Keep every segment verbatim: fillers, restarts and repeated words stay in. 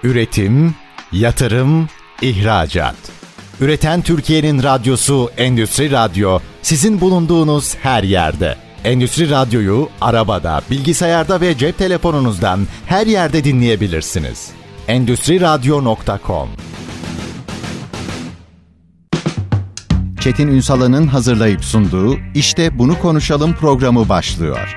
Üretim, yatırım, ihracat. Üreten Türkiye'nin radyosu Endüstri Radyo, sizin bulunduğunuz her yerde. Endüstri Radyo'yu arabada, bilgisayarda ve cep telefonunuzdan her yerde dinleyebilirsiniz. endüstri radyo nokta com. Çetin Ünsal'ın hazırlayıp sunduğu İşte Bunu Konuşalım programı başlıyor.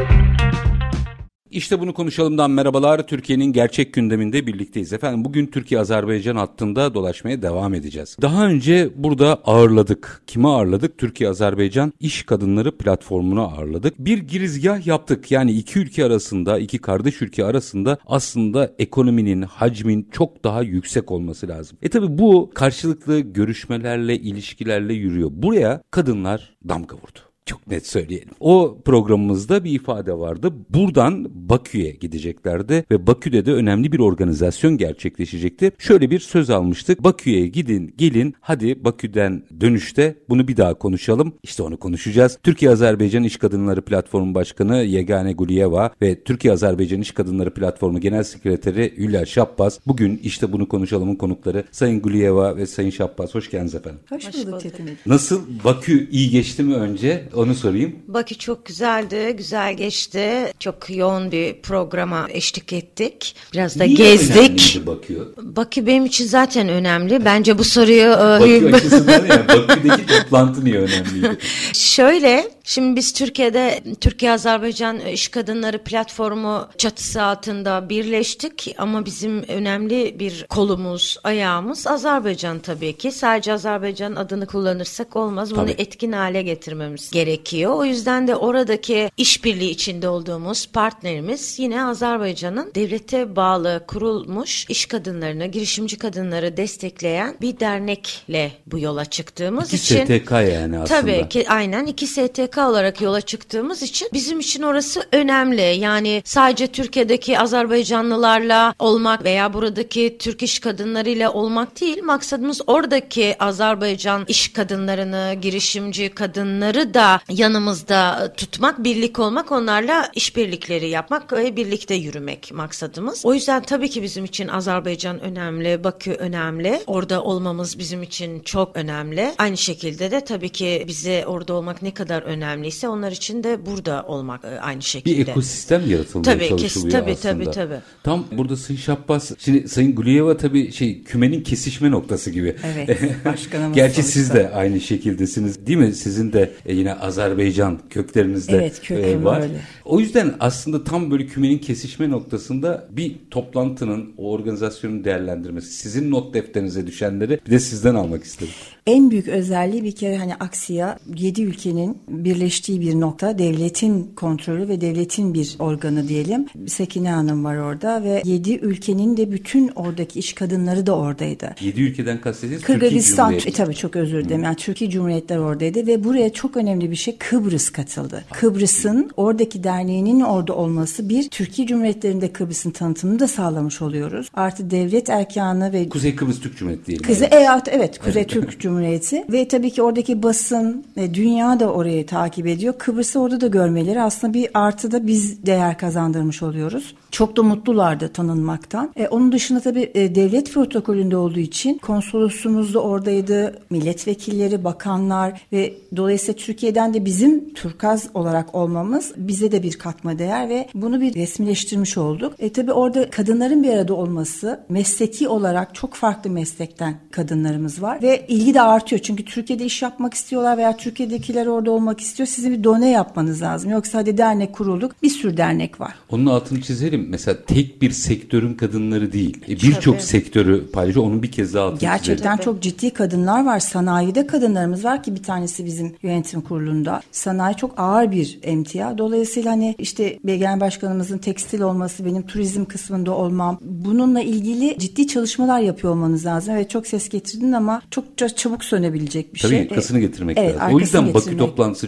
İşte bunu konuşalımdan merhabalar. Türkiye'nin gerçek gündeminde birlikteyiz. Efendim bugün Türkiye-Azerbaycan hattında dolaşmaya devam edeceğiz. Daha önce burada ağırladık. Kimi ağırladık? Türkiye-Azerbaycan İş Kadınları platformunu ağırladık. Bir girizgah yaptık. Yani iki ülke arasında, iki kardeş ülke arasında aslında ekonominin, hacmin çok daha yüksek olması lazım. E tabi bu karşılıklı görüşmelerle, ilişkilerle yürüyor. Buraya kadınlar damga vurdu. Çok net söyleyelim. O programımızda bir ifade vardı. Buradan Bakü'ye gideceklerdi ve Bakü'de de önemli bir organizasyon gerçekleşecekti. Şöyle bir söz almıştık. Bakü'ye gidin, gelin, hadi Bakü'den dönüşte bunu bir daha konuşalım. İşte onu konuşacağız. Türkiye-Azerbaycan İş Kadınları Platformu Başkanı Yegane Guliyeva ve Türkiye-Azerbaycan İş Kadınları Platformu Genel Sekreteri Hülya Şahbaz. Bugün işte bunu konuşalımın konukları Sayın Guliyeva ve Sayın Şahbaz. Hoş geldiniz efendim. Hoş bulduk Çetin. Nasıl? Bakü iyi geçti mi önce? Onu sorayım. Bakü çok güzeldi, güzel geçti. Çok yoğun bir programa eşlik ettik. Biraz da Niye gezdik. Bakü? Bakü benim için zaten önemli. Bence bu soruyu... Bakü açısından yani Bakü'deki toplantı niye önemliydi? Şöyle, şimdi biz Türkiye'de Türkiye-Azerbaycan İş Kadınları Platformu çatısı altında birleştik. Ama bizim önemli bir kolumuz, ayağımız Azerbaycan tabii ki. Sadece Azerbaycan adını kullanırsak olmaz. Bunu Tabii. etkin hale getirmemiz gerekiyor. O yüzden de oradaki işbirliği içinde olduğumuz partnerimiz yine Azerbaycan'ın devlete bağlı kurulmuş iş kadınlarını, girişimci kadınları destekleyen bir dernekle bu yola çıktığımız İki için. S T K yani aslında. Tabii ki aynen iki S T K olarak yola çıktığımız için bizim için orası önemli. Yani sadece Türkiye'deki Azerbaycanlılarla olmak veya buradaki Türk iş kadınlarıyla olmak değil. Maksadımız oradaki Azerbaycan iş kadınlarını, girişimci kadınları da yanımızda tutmak, birlik olmak, onlarla işbirlikleri yapmak ve birlikte yürümek maksadımız. O yüzden tabii ki bizim için Azerbaycan önemli, Bakü önemli. Orada olmamız bizim için çok önemli. Aynı şekilde de tabii ki bize orada olmak ne kadar önemliyse onlar için de burada olmak aynı şekilde. Bir ekosistem yaratılmaya tabii, çalışılıyor tabii, aslında. Tabii tabii Tam burada Sayın Şahbaz, şimdi Sayın Guliyeva tabii şey kümenin kesişme noktası gibi. Evet, başkanımız Gerçi sonuçta. siz de aynı şekildesiniz değil mi? Sizin de yine Azerbaycan köklerinizde evet, köküm var. öyle. O yüzden aslında tam böyle kümenin kesişme noktasında bir toplantının, o organizasyonun değerlendirmesi, sizin not defterinize düşenleri bir de sizden almak istedim. En büyük özelliği bir kere hani Aksiya yedi ülkenin birleştiği bir nokta, devletin kontrolü ve devletin bir organı diyelim. Sekine Hanım var orada ve yedi ülkenin de bütün oradaki iş kadınları da oradaydı. Yedi ülkeden kastediyorsunuz Kırgızistan, Türkiye e, tabii çok özür dilerim. Yani Türkiye Cumhuriyetler oradaydı ve buraya çok önemli bir şey, Kıbrıs katıldı. Kıbrıs'ın oradaki derneğinin orada olması, bir Türkiye Cumhuriyetlerinde Kıbrıs'ın tanıtımını da sağlamış oluyoruz. Artı devlet erkanı ve Kuzey Kıbrıs Türk Cumhuriyeti diyelim. Kuzey, evet, evet Kuzey evet. Türk Cumhuriyeti ve tabii ki oradaki basın, e, dünya da orayı takip ediyor. Kıbrıs'ı orada da görmeleri aslında bir artı da biz değer kazandırmış oluyoruz. Çok da mutlulardı tanınmaktan. E, onun dışında tabii e, devlet protokolünde olduğu için konsolosumuz da oradaydı, milletvekilleri, bakanlar ve dolayısıyla Türkiye'den de bizim Turkaz olarak olmamız bize de bir katma değer ve bunu bir resmileştirmiş olduk. E, tabii orada kadınların bir arada olması, mesleki olarak çok farklı meslekten kadınlarımız var ve ilgi de artıyor. Çünkü Türkiye'de iş yapmak istiyorlar veya Türkiye'dekiler orada olmak istiyor. Sizin bir done yapmanız lazım. Yoksa hadi dernek kurulduk. Bir sürü dernek var. Onun altını çizelim. Mesela tek bir sektörün kadınları değil. Birçok sektörü paylaşıyor. Onun bir kez daha altını çizelim. Gerçekten çok ciddi kadınlar var. Sanayide kadınlarımız var ki bir tanesi bizim yönetim kurulunda. Sanayi çok ağır bir emtia. Dolayısıyla hani işte Genel Başkanımızın tekstil olması, benim turizm kısmında olmam. Bununla ilgili ciddi çalışmalar yapıyor olmanız lazım. Evet, çok ses getirdin ama çok çabuk sönebilecek bir Tabii, şey. Tabii arkasını getirmek evet, lazım. O yüzden Bakü getirmek. toplantısı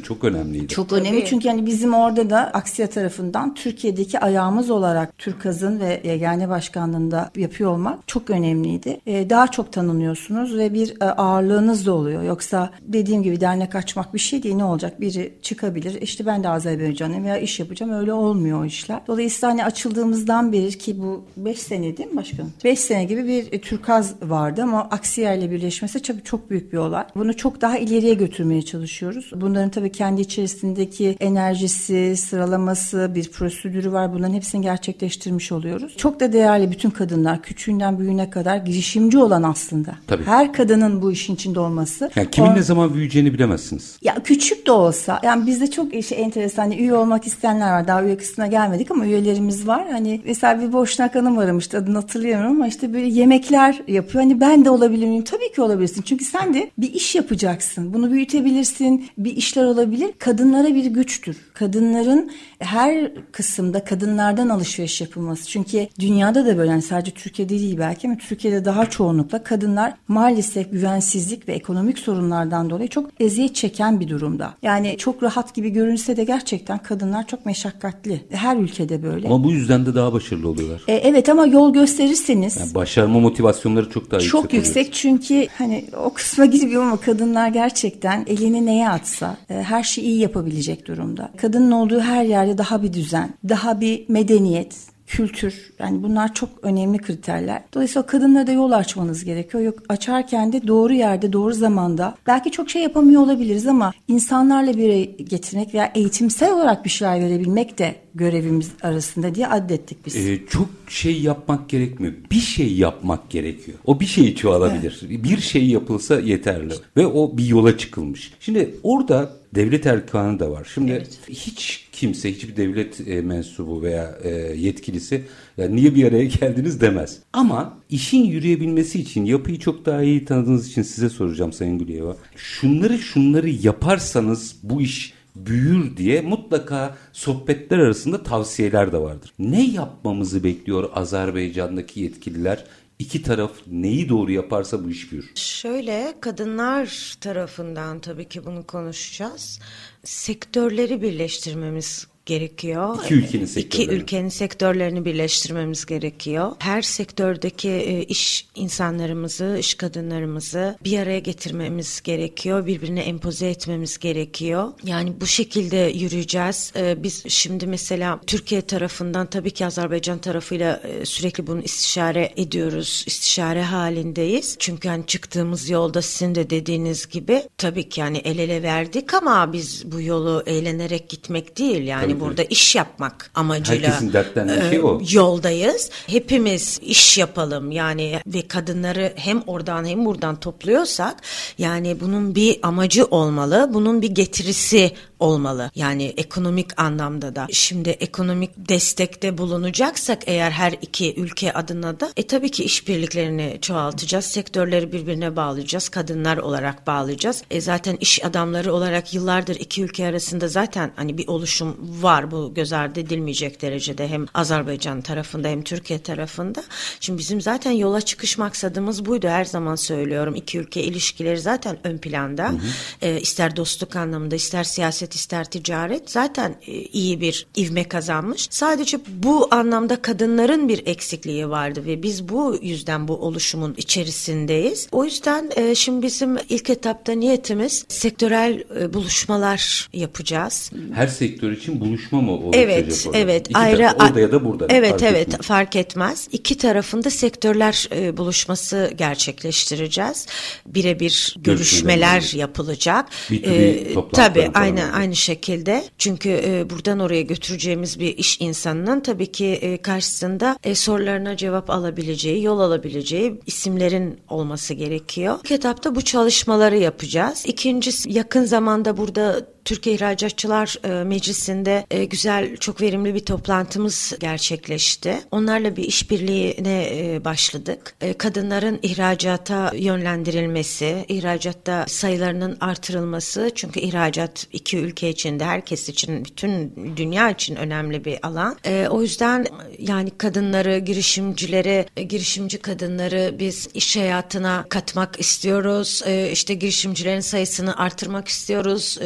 çok önemliydi. Çok Tabii. önemli çünkü yani bizim orada da Aksiya tarafından Türkiye'deki ayağımız olarak TÜRKAZ'ın ve Yegane Başkanlığı'nda yapıyor olmak çok önemliydi. Ee, daha çok tanınıyorsunuz ve bir e, ağırlığınız da oluyor. Yoksa dediğim gibi dernek açmak bir şey değil, ne olacak? Biri çıkabilir, işte ben de Azerbaycan'ım veya iş yapacağım, öyle olmuyor o işler. Dolayısıyla hani açıldığımızdan beri ki bu beş sene değil mi başkanım? beş sene gibi bir e, TÜRKAZ vardı ama Aksiya ile birleşmesi tabii çok büyük bir olay. Bunu çok daha ileriye götürmeye çalışıyoruz. Bunların tabii kendi içerisindeki enerjisi, sıralaması, bir prosedürü var. Bunların hepsini gerçekleştirmiş oluyoruz. Çok da değerli bütün kadınlar, küçüğünden büyüğüne kadar girişimci olan aslında. Tabii. Her kadının bu işin içinde olması. Yani kimin o, ne zaman büyüyeceğini bilemezsiniz. Ya küçük de olsa, yani bizde çok işi enteresan, hani üye olmak isteyenler var. Daha üye kısmına gelmedik ama üyelerimiz var. Hani mesela bir Boşnak Hanım aramıştı, adını hatırlayamıyorum ama işte böyle yemekler yapıyor. Hani ben de olabilir miyim? Tabii ki olabilirsin. Çünkü sen de bir iş yapacaksın. Bunu büyütebilirsin. Bir işler olabilir. Kadınlara bir güçtür. Kadınların her kısımda kadınlardan alışveriş yapılması. Çünkü dünyada da böyle, yani sadece Türkiye'de değil belki ama Türkiye'de daha çoğunlukla kadınlar maalesef güvensizlik ve ekonomik sorunlardan dolayı çok eziyet çeken bir durumda. Yani çok rahat gibi görünse de gerçekten kadınlar çok meşakkatli. Her ülkede böyle. Ama bu yüzden de daha başarılı oluyorlar. E, evet ama yol gösterirseniz. Yani başarma motivasyonları çok daha Çok yüksek yüksek oluyor. çünkü hani o kısma girmiyorum ama kadınlar gerçekten elini neye atsa e, her şeyi iyi yapabilecek durumda. Kadının olduğu her yerde daha bir düzen, daha bir medeniyet, kültür, yani bunlar çok önemli kriterler. Dolayısıyla kadınlara da yol açmanız gerekiyor. Yok, açarken de doğru yerde, doğru zamanda. Belki çok şey yapamıyor olabiliriz ama insanlarla bir araya getirmek veya eğitimsel olarak bir şeyler verebilmek de görevimiz arasında diye addettik biz. Ee, çok şey yapmak gerekmiyor. Bir şey yapmak gerekiyor. O bir şeyi çoğalabilir. Evet. Bir şey yapılsa yeterli. Ve o bir yola çıkılmış. Şimdi orada devlet erkanı da var. Şimdi evet. hiç kimse, hiçbir devlet e, mensubu veya e, yetkilisi ya niye bir araya geldiniz demez. Ama işin yürüyebilmesi için, yapıyı çok daha iyi tanıdığınız için size soracağım Sayın Güliyeva. Şunları şunları yaparsanız bu iş büyür diye mutlaka sohbetler arasında tavsiyeler de vardır. Ne yapmamızı bekliyor Azerbaycan'daki yetkililer? İki taraf neyi doğru yaparsa bu iş büyür. Şöyle, kadınlar tarafından tabii ki bunu konuşacağız. Sektörleri birleştirmemiz gerekiyor. İki ülkenin sektörlerini. İki ülkenin sektörlerini birleştirmemiz gerekiyor. Her sektördeki e, iş insanlarımızı, iş kadınlarımızı bir araya getirmemiz gerekiyor. Birbirine empoze etmemiz gerekiyor. Yani bu şekilde yürüyeceğiz. E, biz şimdi mesela Türkiye tarafından tabii ki Azerbaycan tarafıyla e, sürekli bunu istişare ediyoruz. İstişare halindeyiz. Çünkü hani çıktığımız yolda sizin de dediğiniz gibi tabii ki yani el ele verdik ama biz bu yolu eğlenerek gitmek değil. Yani tabii burada iş yapmak amacıyla herkesin dertlendiği şey o. Yoldayız. Hepimiz iş yapalım yani ve kadınları hem oradan hem buradan topluyorsak yani bunun bir amacı olmalı. Bunun bir getirisi olmalı. Yani ekonomik anlamda da. Şimdi ekonomik destekte bulunacaksak eğer her iki ülke adına da e tabii ki işbirliklerini çoğaltacağız. Sektörleri birbirine bağlayacağız. Kadınlar olarak bağlayacağız. E zaten iş adamları olarak yıllardır iki ülke arasında zaten hani bir oluşum var. Bu göz ardı edilmeyecek derecede hem Azerbaycan tarafında hem Türkiye tarafında. Şimdi bizim zaten yola çıkış maksadımız buydu. Her zaman söylüyorum. İki ülke ilişkileri zaten ön planda. Hı hı. E, ister dostluk anlamında, ister siyaset, ister ticaret zaten e, iyi bir ivme kazanmış. Sadece bu anlamda kadınların bir eksikliği vardı ve biz bu yüzden bu oluşumun içerisindeyiz. O yüzden e, şimdi bizim ilk etapta niyetimiz sektörel e, buluşmalar yapacağız. Her sektör için buluşma mı olacak? Evet, orada? evet. İki ayrı taraf, orada ya da burada. Evet, fark evet, etmez. fark etmez. İki tarafında sektörler e, buluşması gerçekleştireceğiz. Birebir görüşmeler yapılacak. B iki B ee, toplantıları tabii falan aynı olacak. aynı şekilde. Çünkü e, buradan oraya götüreceğimiz bir iş insanının tabii ki e, karşısında e, sorularına cevap alabileceği, yol alabileceği isimlerin olması gerekiyor. İlk etapta bu çalışmaları yapacağız. İkincisi yakın zamanda burada Türkiye İhracatçılar e, Meclisi'nde e, güzel, çok verimli bir toplantımız gerçekleşti. Onlarla bir işbirliğine e, başladık. E, kadınların ihracata yönlendirilmesi, ihracatta sayılarının artırılması. Çünkü ihracat iki ülke için de herkes için, bütün dünya için önemli bir alan. E, o yüzden yani kadınları, girişimcileri, e, girişimci kadınları biz iş hayatına katmak istiyoruz. E, işte girişimcilerin sayısını artırmak istiyoruz. E, güçlendirmek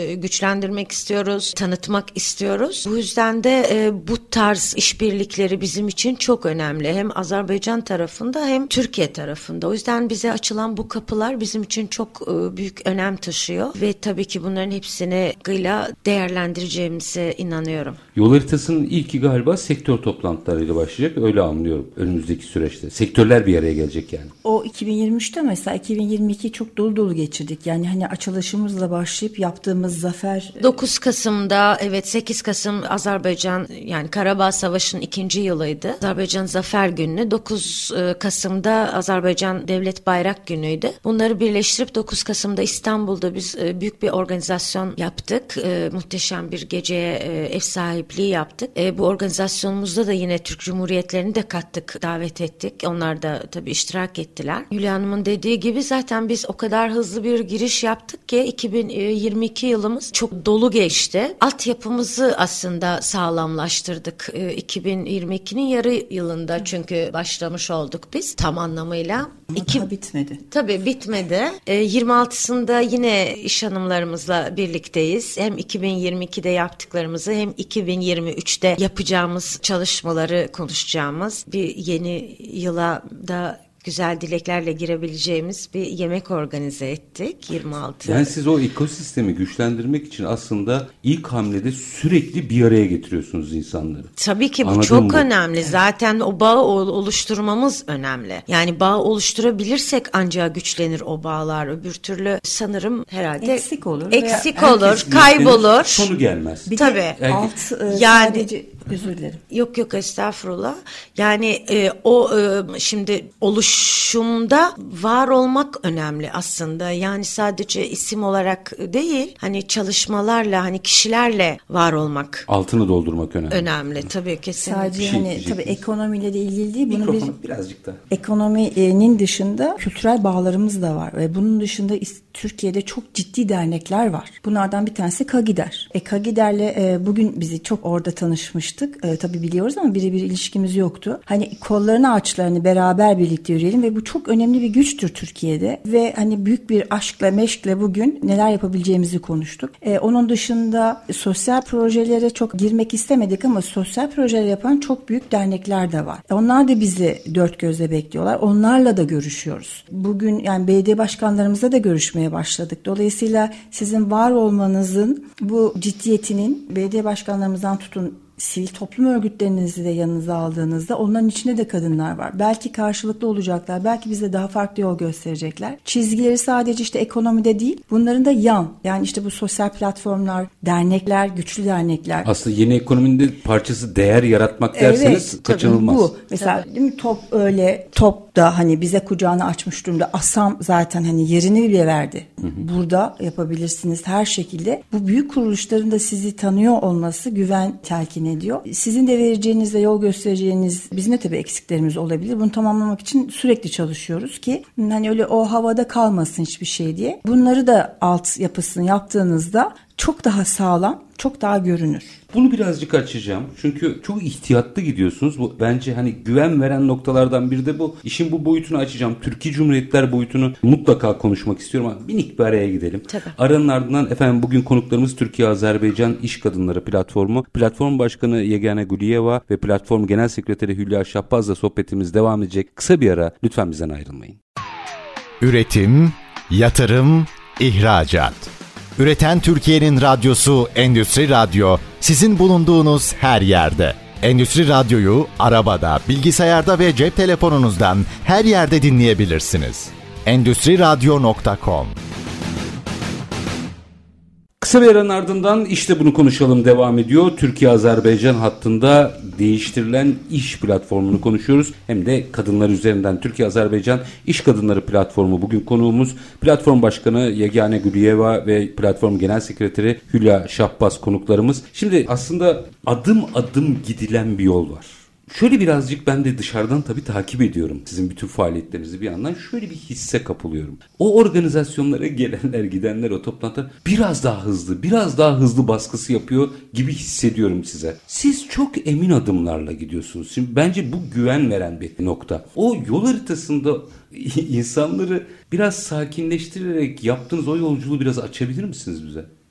güçlendirmek istiyoruz, tanıtmak istiyoruz. Bu yüzden de e, bu tarz işbirlikleri bizim için çok önemli. Hem Azerbaycan tarafında hem Türkiye tarafında. O yüzden bize açılan bu kapılar bizim için çok e, büyük önem taşıyor ve tabii ki bunların hepsini gıyla değerlendireceğimize inanıyorum. Yol haritasının ilki galiba sektör toplantılarıyla başlayacak. Öyle anlıyorum önümüzdeki süreçte. Sektörler bir araya gelecek yani. O iki bin yirmi üçte mesela iki bin yirmi iki çok dolu dolu geçirdik. Yani hani açılışımızla başlayıp yaptığımız zafer. dokuz Kasım'da evet sekiz Kasım Azerbaycan yani Karabağ Savaşı'nın ikinci yılıydı. Azerbaycan Zafer Günü. dokuz Kasım'da Azerbaycan Devlet Bayrak Günü'ydü. Bunları birleştirip dokuz Kasım'da İstanbul'da biz büyük bir organizasyon yaptık. Muhteşem bir geceye ev sahipliği yaptık. Bu organizasyonumuzda da yine Türk Cumhuriyetlerini de kattık, davet ettik. Onlar da tabii iştirak ettiler. Hülya Hanım'ın dediği gibi zaten biz o kadar hızlı bir giriş yaptık ki iki bin yirmi iki yılımız çok dolu geçti. Altyapımızı aslında sağlamlaştırdık. iki bin yirmi ikinin yarı yılında çünkü başlamış olduk biz tam anlamıyla. Ama İki, daha bitmedi. Tabii bitmedi. yirmi altısında yine iş hanımlarımızla birlikteyiz. Hem iki bin yirmi ikide yaptıklarımızı hem iki bin yirmi üçte yapacağımız çalışmaları konuşacağımız bir yeni yıla da güzel dileklerle girebileceğimiz bir yemek organize ettik yirmi altı. Yani siz o ekosistemi güçlendirmek için aslında ilk hamlede sürekli bir araya getiriyorsunuz insanları. Tabii ki bu Anladın çok mı? önemli. Zaten o bağı oluşturmamız önemli. Yani bağ oluşturabilirsek ancak güçlenir o bağlar. Öbür türlü sanırım herhalde eksik olur. Eksik Veya olur, kaybolur. Sonu gelmez. Bir Tabii. de alt e, yani sadece özür dilerim. Yok yok estağfurullah. Yani e, o e, şimdi oluşumda var olmak önemli aslında. Yani sadece isim olarak değil, hani çalışmalarla, hani kişilerle var olmak. Altını doldurmak önemli. Önemli tabii kesinlikle. Sadece Bir şey hani diyeceksiniz. tabii ekonomiyle de ilgili değil. Bunu Mikrofonu bir birazcık da. ekonominin dışında kültürel bağlarımız da var ve bunun dışında Türkiye'de çok ciddi dernekler var. Bunlardan bir tanesi Kagider. E, Kagider'le e, bugün bizi çok orada tanışmıştık. E, tabii biliyoruz ama birebir ilişkimiz yoktu. Hani kollarını ağaçlarını beraber birlikte yürüyelim ve bu çok önemli bir güçtür Türkiye'de ve hani büyük bir aşkla meşkle bugün neler yapabileceğimizi konuştuk. E, onun dışında sosyal projelere çok girmek istemedik ama sosyal projeler yapan çok büyük dernekler de var. E, onlar da bizi dört gözle bekliyorlar. Onlarla da görüşüyoruz. Bugün yani belediye başkanlarımızla da görüşmeye başladık. Dolayısıyla sizin var olmanızın bu ciddiyetinin belediye başkanlarımızdan tutun sivil toplum örgütlerinizi de yanınıza aldığınızda onların içinde de kadınlar var. Belki karşılıklı olacaklar. Belki bize daha farklı yol gösterecekler. Çizgileri sadece işte ekonomide değil. Bunların da yan. Yani işte bu sosyal platformlar, dernekler, güçlü dernekler. Aslında yeni ekonominin de parçası değer yaratmak derseniz evet, kaçınılmaz. Bu. Mesela değil mi, top öyle top da hani bize kucağını açmış durumda. ASAM zaten hani yerini bile verdi. Hı hı. Burada yapabilirsiniz her şekilde. Bu büyük kuruluşların da sizi tanıyor olması güven telkin ediyor. Sizin de vereceğiniz ve yol göstereceğiniz, bizim de tabii eksiklerimiz olabilir. Bunu tamamlamak için sürekli çalışıyoruz ki hani öyle o havada kalmasın hiçbir şey diye. Bunları da alt yapısını yaptığınızda çok daha sağlam, çok daha görünür. Bunu birazcık açacağım. Çünkü çok ihtiyatlı gidiyorsunuz. Bu bence hani güven veren noktalardan biri de bu. İşin bu boyutunu açacağım. Türkiye Cumhuriyetler boyutunu mutlaka konuşmak istiyorum ama minik bir araya gidelim. Tabii. Aranın ardından efendim bugün konuklarımız Türkiye Azerbaycan İş Kadınları Platformu. Platform Başkanı Yegane Guliyeva ve Platform Genel Sekreteri Hülya Şahbaz'la sohbetimiz devam edecek. Kısa bir ara, lütfen bizden ayrılmayın. Üretim, yatırım, ihracat. Üreten Türkiye'nin radyosu Endüstri Radyo, sizin bulunduğunuz her yerde. Endüstri Radyo'yu arabada, bilgisayarda ve cep telefonunuzdan her yerde dinleyebilirsiniz. endüstri radyo nokta com. Kısa bir aranın ardından işte bunu konuşalım devam ediyor. Türkiye-Azerbaycan hattında değiştirilen iş platformunu konuşuyoruz. Hem de kadınlar üzerinden Türkiye-Azerbaycan İş Kadınları Platformu bugün konuğumuz. Platform Başkanı Yegane Guliyeva ve Platform Genel Sekreteri Hülya Şahbaz konuklarımız. Şimdi aslında adım adım gidilen bir yol var. Şöyle birazcık ben de dışarıdan tabii takip ediyorum sizin bütün faaliyetlerinizi bir yandan. Şöyle bir hisse kapılıyorum. O organizasyonlara gelenler, gidenler, o toplantılar biraz daha hızlı, biraz daha hızlı baskısı yapıyor gibi hissediyorum size. Siz çok emin adımlarla gidiyorsunuz. Şimdi bence bu güven veren bir nokta. O yol haritasında insanları biraz sakinleştirerek yaptığınız o yolculuğu biraz açabilir misiniz bize?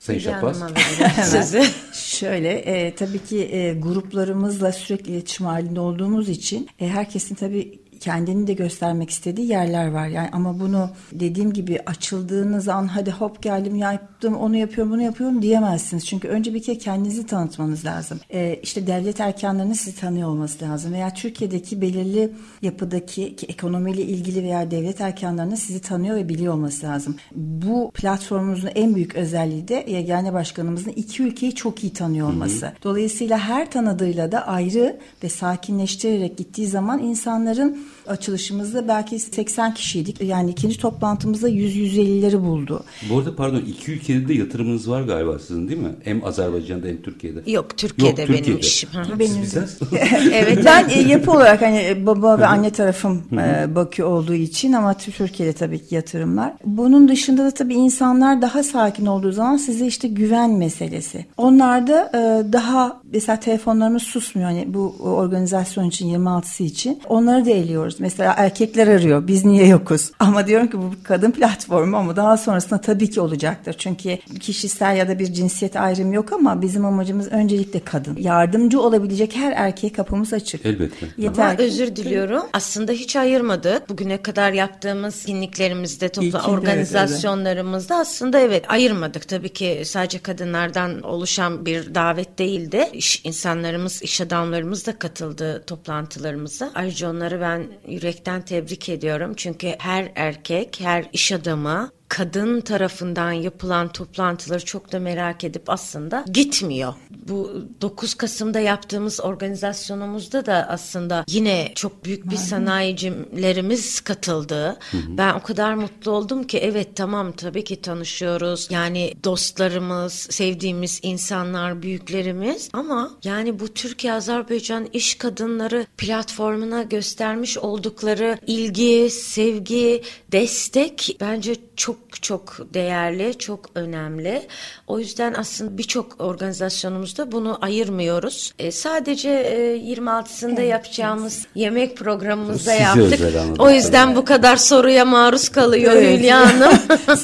Sayın Şapaz. Sizi. Şöyle e, tabii ki e, gruplarımızla sürekli iletişim halinde olduğumuz için e, herkesin tabii kendini de göstermek istediği yerler var. Yani ama bunu dediğim gibi açıldığınız an hadi hop geldim yaptım onu yapıyorum bunu yapıyorum diyemezsiniz. Çünkü önce bir kere kendinizi tanıtmanız lazım. Ee, işte devlet erkanlarının sizi tanıyor olması lazım. Veya Türkiye'deki belirli yapıdaki ekonomiyle ilgili veya devlet erkanlarının sizi tanıyor ve biliyor olması lazım. Bu platformumuzun en büyük özelliği de Yegane Başkanımızın iki ülkeyi çok iyi tanıyor olması. Hı hı. Dolayısıyla her tanıdığıyla da ayrı ve sakinleştirerek gittiği zaman insanların açılışımızda belki seksen kişiydik. Yani ikinci toplantımızda yüz yüz ellileri buldu. Bu arada pardon iki ülkede de yatırımınız var galiba sizin değil mi? Hem Azerbaycan'da hem Türkiye'de. Yok Türkiye'de, Yok, Türkiye'de. benim işim. Benim evet. Ben e, yapı olarak hani baba ve anne tarafım e, Bakü olduğu için ama Türkiye'de tabii ki yatırımlar. Bunun dışında da tabii insanlar daha sakin olduğu zaman size işte güven meselesi. Onlar da e, daha mesela telefonlarımız susmuyor. Hani bu organizasyon için yirmi altısı için. Onları da eliyoruz. Mesela erkekler arıyor. Biz niye yokuz? Ama diyorum ki bu kadın platformu ama daha sonrasında tabii ki olacaktır. Çünkü kişisel ya da bir cinsiyet ayrımı yok ama bizim amacımız öncelikle kadın. Yardımcı olabilecek her erkeğe kapımız açık. Elbette. Yeter ama ki... özür diliyorum. Aslında hiç ayırmadık. Bugüne kadar yaptığımız etkinliklerimizde, topla organizasyonlarımızda evet, aslında evet ayırmadık. Tabii ki sadece kadınlardan oluşan bir davet değildi. İş insanlarımız, iş adamlarımız da katıldı toplantılarımıza. Ayrıca onları ben yürekten tebrik ediyorum. Çünkü her erkek, her iş adamı kadın tarafından yapılan toplantıları çok da merak edip aslında gitmiyor. Bu dokuz Kasım'da yaptığımız organizasyonumuzda da aslında yine çok büyük bir sanayicilerimiz katıldı. Hı hı. Ben o kadar mutlu oldum ki evet tamam tabii ki tanışıyoruz. Yani dostlarımız, sevdiğimiz insanlar, büyüklerimiz ama yani bu Türkiye-Azerbaycan iş kadınları platformuna göstermiş oldukları ilgi, sevgi, destek bence çok çok değerli, çok önemli. O yüzden aslında birçok organizasyonumuzda bunu ayırmıyoruz. E, sadece e, yirmi altısında evet, yapacağımız evet. yemek programımızda size yaptık. O yüzden yani. Bu kadar soruya maruz kalıyor evet. Hülya Hanım.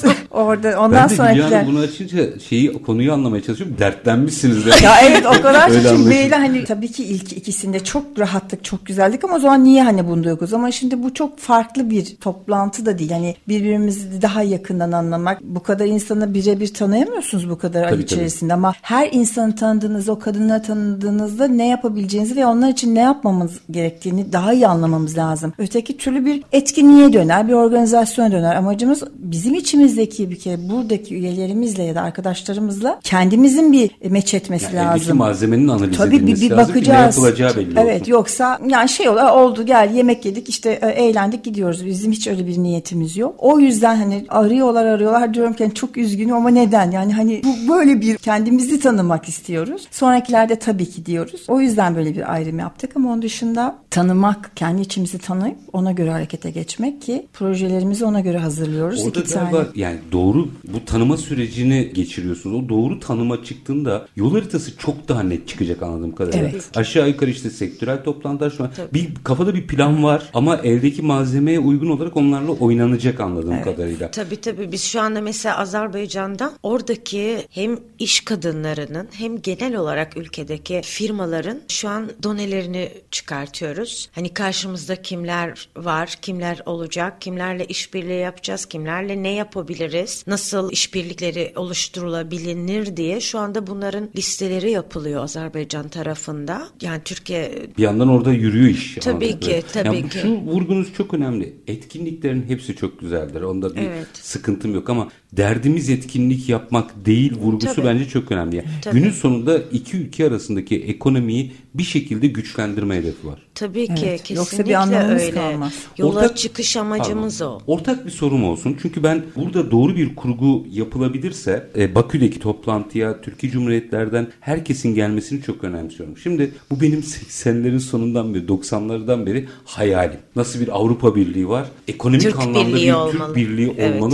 Orada ondan ben de sonrakiler. Hülya Hanım bunu açınca şeyi konuyu anlamaya çalışıyorum. Dertlenmişsiniz de. Ya evet o kadar çünkü böyle hani tabii ki ilk ikisinde çok rahatlık, çok güzellik ama o zaman niye hani bunda yokuz? Ama şimdi bu çok farklı bir toplantı da değil. Hani birbirimizi daha yakından anlamak. Bu kadar insanı birebir tanıyamıyorsunuz bu kadar ay içerisinde tabii. Ama her insanı tanıdığınızda, o kadınları tanıdığınızda ne yapabileceğinizi ve onlar için ne yapmamız gerektiğini daha iyi anlamamız lazım. Öteki türlü bir etkinliğe döner, bir organizasyona döner. Amacımız bizim içimizdeki bir kere buradaki üyelerimizle ya da arkadaşlarımızla kendimizin bir meç etmesi yani lazım. Eldeki malzemenin analiz tabii edilmesi bir, bir lazım bakacağız. Ne yapılacağı belli evet, olsun. Yoksa yani şey olur, oldu gel yemek yedik işte eğlendik gidiyoruz. Bizim hiç öyle bir niyetimiz yok. O yüzden hani arıyorlar arıyorlar diyorum ki yani çok üzgünüm ama neden? Yani hani bu böyle bir kendimizi tanımak istiyoruz. Sonrakilerde tabii ki diyoruz. O yüzden böyle bir ayrım yaptık ama onun dışında tanımak, kendi içimizi tanıyıp ona göre harekete geçmek ki projelerimizi ona göre hazırlıyoruz. Orada İki galiba tane. Yani doğru bu tanıma sürecini geçiriyorsunuz. O doğru tanıma çıktığında yol haritası çok daha net çıkacak anladığım kadarıyla. Evet. Aşağı yukarı işte sektörel toplantılar şu an tabii. Bir kafada bir plan var ama eldeki malzemeye uygun olarak onlarla oynanacak anladığım evet. kadarıyla. Tabii tabii biz şu anda mesela Azerbaycan'da oradaki hem iş kadınlarının hem genel olarak ülkedeki firmaların şu an donelerini çıkartıyoruz. Hani karşımızda kimler var, kimler olacak, kimlerle işbirliği yapacağız, kimlerle ne yapabiliriz, nasıl işbirlikleri oluşturulabilir diye şu anda bunların listeleri yapılıyor Azerbaycan tarafında. Yani Türkiye... Bir yandan orada yürüyor iş. Tabii ki, tabii yani ki. Şu vurgunuz çok önemli. Etkinliklerin hepsi çok güzeldir. Onda bir evet. sıkıntım yok ama derdimiz etkinlik yapmak değil vurgusu tabii. bence çok önemli. Tabii. Günün sonunda iki ülke arasındaki ekonomiyi bir şekilde güçlendirme hedefi var. Tabii ki evet. kesinlikle Yoksa bir anlamımız öyle. Kalmaz. Yola Ortak, çıkış amacımız pardon. o. Ortak bir sorum olsun. Çünkü ben burada doğru bir kurgu yapılabilirse e, Bakü'deki toplantıya Türkiye Cumhuriyetlerden herkesin gelmesini çok önemsiyorum. Şimdi bu benim seksenlerin sonundan beri doksanlardan beri hayalim. Nasıl bir Avrupa Birliği var? Ekonomik Türk anlamda Birliği bir olmalı. Türk Birliği evet. olmalı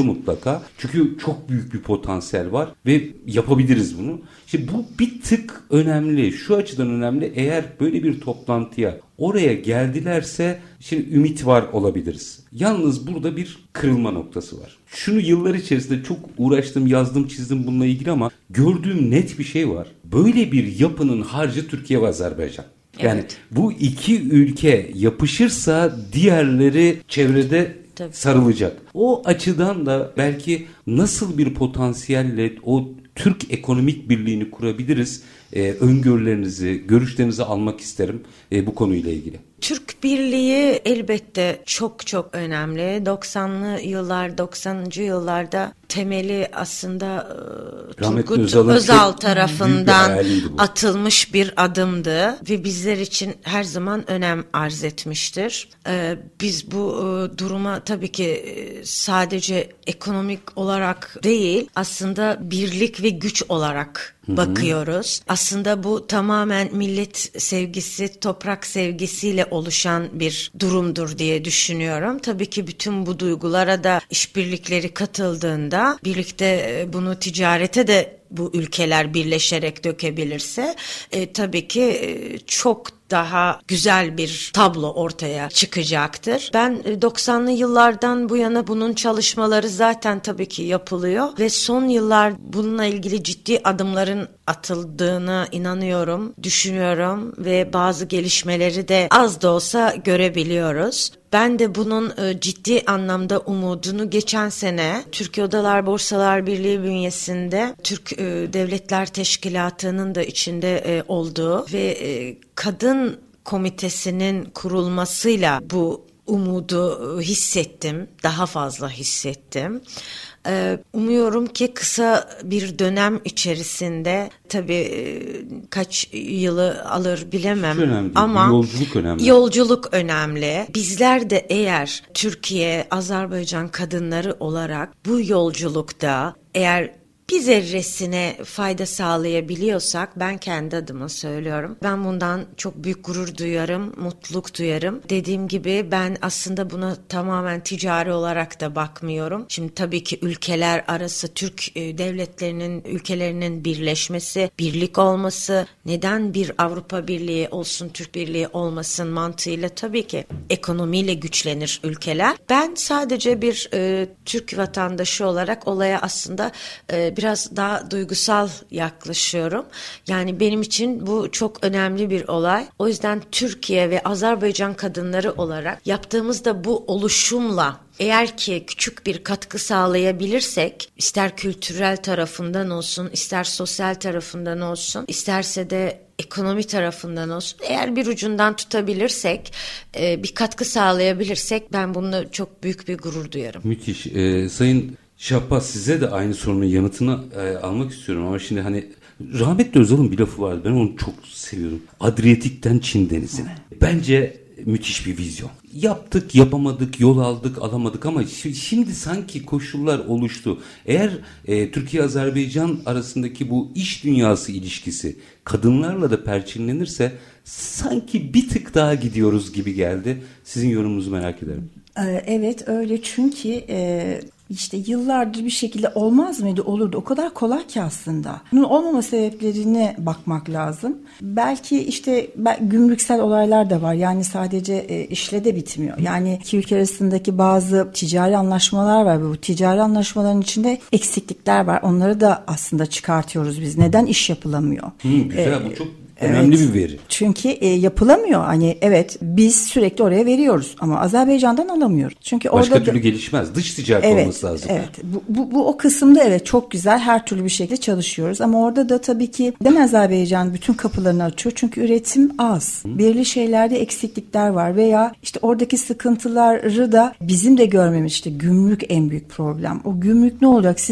mutlaka. Çünkü çok büyük bir potansiyel var ve yapabiliriz bunu. İşte bu bir tık önemli. Şu açıdan önemli. Eğer böyle bir toplantıya oraya geldilerse şimdi ümit var olabiliriz. Yalnız burada bir kırılma noktası var. Şunu yıllar içerisinde çok uğraştım, yazdım, çizdim bununla ilgili ama gördüğüm net bir şey var. Böyle bir yapının harcı Türkiye ve Azerbaycan. Yani evet. Bu iki ülke yapışırsa diğerleri çevrede Tabii. sarılacak. O açıdan da belki nasıl bir potansiyelle o Türk ekonomik birliğini kurabiliriz? Ee, öngörülerinizi, görüşlerinizi almak isterim e, bu konuyla ilgili. Türk Birliği elbette çok çok önemli. doksanlı yıllar, doksanıncı yıllarda temeli aslında e, Turgut Özal'ın Özal tarafından atılmış bir adımdı ve bizler için her zaman önem arz etmiştir. E, biz bu e, duruma tabii ki e, sadece ekonomik olarak değil, aslında birlik ve güç olarak bakıyoruz. Hı hı. Aslında bu tamamen millet sevgisi, toprak sevgisiyle oluşan bir durumdur diye düşünüyorum. Tabii ki bütün bu duygulara da işbirlikleri katıldığında birlikte bunu ticarete de bu ülkeler birleşerek dökebilirse e, tabii ki e, çok daha güzel bir tablo ortaya çıkacaktır. Ben doksanlı yıllardan bu yana bunun çalışmaları zaten tabii ki yapılıyor ve son yıllar bununla ilgili ciddi adımların atıldığına inanıyorum, düşünüyorum ve bazı gelişmeleri de az da olsa görebiliyoruz. Ben de bunun ciddi anlamda umudunu geçen sene Türkiye Odalar Borsalar Birliği bünyesinde Türk Devletler Teşkilatı'nın da içinde olduğu ve kadın komitesinin kurulmasıyla bu umudu hissettim, daha fazla hissettim. Umuyorum ki kısa bir dönem içerisinde tabii kaç yılı alır bilemem önemli, ama yolculuk önemli. Yolculuk önemli. Bizler de eğer Türkiye, Azerbaycan kadınları olarak bu yolculukta eğer bir zerresine fayda sağlayabiliyorsak, ben kendi adıma söylüyorum, ben bundan çok büyük gurur duyarım, mutluluk duyarım. Dediğim gibi ben aslında buna tamamen ticari olarak da bakmıyorum. Şimdi tabii ki ülkeler arası Türk devletlerinin, ülkelerinin birleşmesi, birlik olması, neden bir Avrupa Birliği olsun, Türk Birliği olmasın mantığıyla tabii ki ekonomiyle güçlenir ülkeler. Ben sadece bir e, Türk vatandaşı olarak olaya aslında e, biraz daha duygusal yaklaşıyorum. Yani benim için bu çok önemli bir olay. O yüzden Türkiye ve Azerbaycan kadınları olarak yaptığımızda bu oluşumla eğer ki küçük bir katkı sağlayabilirsek, ister kültürel tarafından olsun, ister sosyal tarafından olsun, isterse de ekonomi tarafından olsun, eğer bir ucundan tutabilirsek, bir katkı sağlayabilirsek ben bununla çok büyük bir gurur duyarım. Müthiş. Ee, Sayın Şahbaz, size de aynı sorunun yanıtını e, almak istiyorum ama şimdi hani rahmetli Özal'ın bir lafı vardı, ben onu çok seviyorum. Adriyatik'ten Çin denizine. Bence müthiş bir vizyon. Yaptık, yapamadık, yol aldık, alamadık ama şimdi sanki koşullar oluştu. Eğer e, Türkiye-Azerbaycan arasındaki bu iş dünyası ilişkisi kadınlarla da perçinlenirse sanki bir tık daha gidiyoruz gibi geldi. Sizin yorumunuzu merak ederim. Evet öyle, çünkü e, işte yıllardır bir şekilde olmaz mıydı, olurdu. O kadar kolay ki aslında. Bunun olmama sebeplerine bakmak lazım. Belki işte gümrüksel olaylar da var. Yani sadece e, işle de bitmiyor. Yani iki ülke arasındaki bazı ticari anlaşmalar var. Bu ticari anlaşmaların içinde eksiklikler var. Onları da aslında çıkartıyoruz biz. Neden iş yapılamıyor? Hı, güzel ee, bu çok önemli evet, bir veri. Çünkü e, yapılamıyor. Hani evet, biz sürekli oraya veriyoruz ama Azerbaycan'dan alamıyoruz. Çünkü başka orada türlü da, gelişmez. Dış ticaret evet, olması lazım. Evet. Bu, bu, bu o kısımda evet çok güzel. Her türlü bir şekilde çalışıyoruz ama orada da tabii ki neden Azerbaycan bütün kapılarını açıyor? Çünkü üretim az. Hı. Belirli şeylerde eksiklikler var veya işte oradaki sıkıntıları da bizim de görmemiz, işte gümrük en büyük problem. O gümrük ne olacak? Siz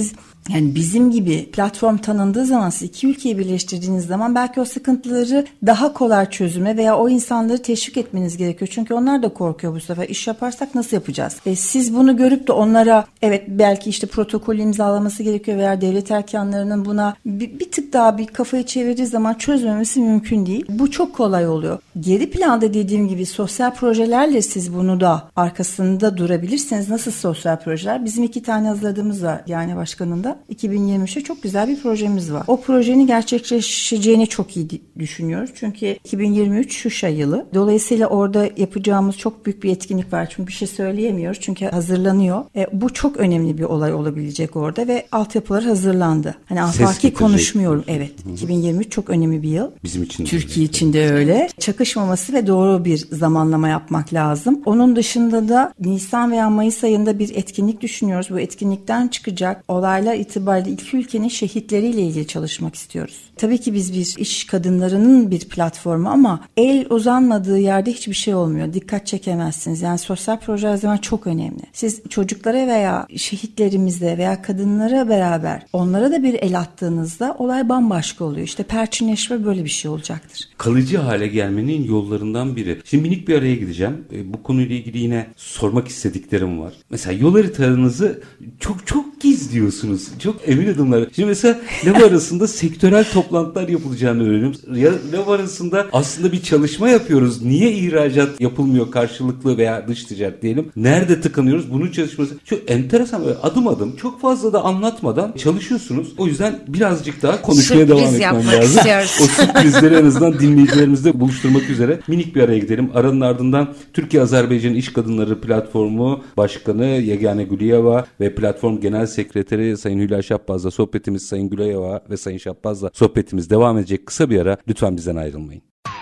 Yani bizim gibi platform tanındığı zaman, siz iki ülkeyi birleştirdiğiniz zaman belki o sıkıntıları daha kolay çözüme veya o insanları teşvik etmeniz gerekiyor. Çünkü onlar da korkuyor bu sefer. İş yaparsak nasıl yapacağız? E, siz bunu görüp de onlara evet belki işte protokol imzalaması gerekiyor veya devlet erkanlarının buna bir, bir tık daha bir kafayı çevirdiği zaman çözmemesi mümkün değil. Bu çok kolay oluyor. Geri planda dediğim gibi sosyal projelerle siz bunu da arkasında durabilirsiniz. Nasıl sosyal projeler? Bizim iki tane hazırladığımız var yani başkanın da. iki bin yirmi üçte çok güzel bir projemiz var. O projenin gerçekleşeceğini çok iyi düşünüyoruz. Çünkü iki bin yirmi üç Şuşa yılı. Dolayısıyla orada yapacağımız çok büyük bir etkinlik var. Çünkü bir şey söyleyemiyoruz. Çünkü hazırlanıyor. E, bu çok önemli bir olay olabilecek orada ve altyapılar hazırlandı. Hani afaki konuşmuyorum. Evet. Hı-hı. iki bin yirmi üç çok önemli bir yıl. Bizim için de Türkiye için de öyle. Çakışmaması ve doğru bir zamanlama yapmak lazım. Onun dışında da Nisan veya Mayıs ayında bir etkinlik düşünüyoruz. Bu etkinlikten çıkacak olaylar itibariyle iki ülkenin şehitleriyle ilgili çalışmak istiyoruz. Tabii ki biz bir iş kadınlarının bir platformu ama el uzanmadığı yerde hiçbir şey olmuyor. Dikkat çekemezsiniz. Yani sosyal proje her zaman çok önemli. Siz çocuklara veya şehitlerimizle veya kadınlara beraber onlara da bir el attığınızda olay bambaşka oluyor. İşte perçinleşme böyle bir şey olacaktır. Kalıcı hale gelmenin yollarından biri. Şimdi minik bir araya gideceğim. E, bu konuyla ilgili yine sormak istediklerim var. Mesela yol haritanızı çok çok gizliyorsunuz. Çok emin adımlar. Şimdi mesela LEV arasında sektörel toplantılar yapılacağını öğreniyorum. Ya LEV arasında aslında bir çalışma yapıyoruz. Niye ihracat yapılmıyor karşılıklı veya dış ticaret diyelim? Nerede tıkanıyoruz? Bunun çalışması. Çok enteresan böyle adım adım çok fazla da anlatmadan çalışıyorsunuz. O yüzden birazcık daha konuşmaya Sürpriz devam etmem lazım. Istiyoruz. O sürprizleri en azından dinleyicilerimizle buluşturmak üzere minik bir araya gidelim. Aranın ardından Türkiye-Azerbaycan İş Kadınları Platformu Başkanı Yegane Güliyeva ve Platform Genel Sekreteri Sayın Hülya Şahbaz'la sohbetimiz, Sayın Güliyeva ve Sayın Şahbaz'la sohbetimiz devam edecek. Kısa bir ara, lütfen bizden ayrılmayın.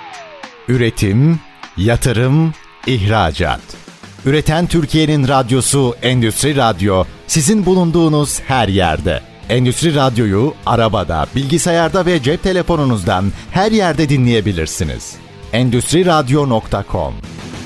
Üretim, yatırım, ihracat. Üreten Türkiye'nin radyosu Endüstri Radyo, sizin bulunduğunuz her yerde. Endüstri Radyo'yu arabada, bilgisayarda ve cep telefonunuzdan her yerde dinleyebilirsiniz. endüstri radyo nokta com.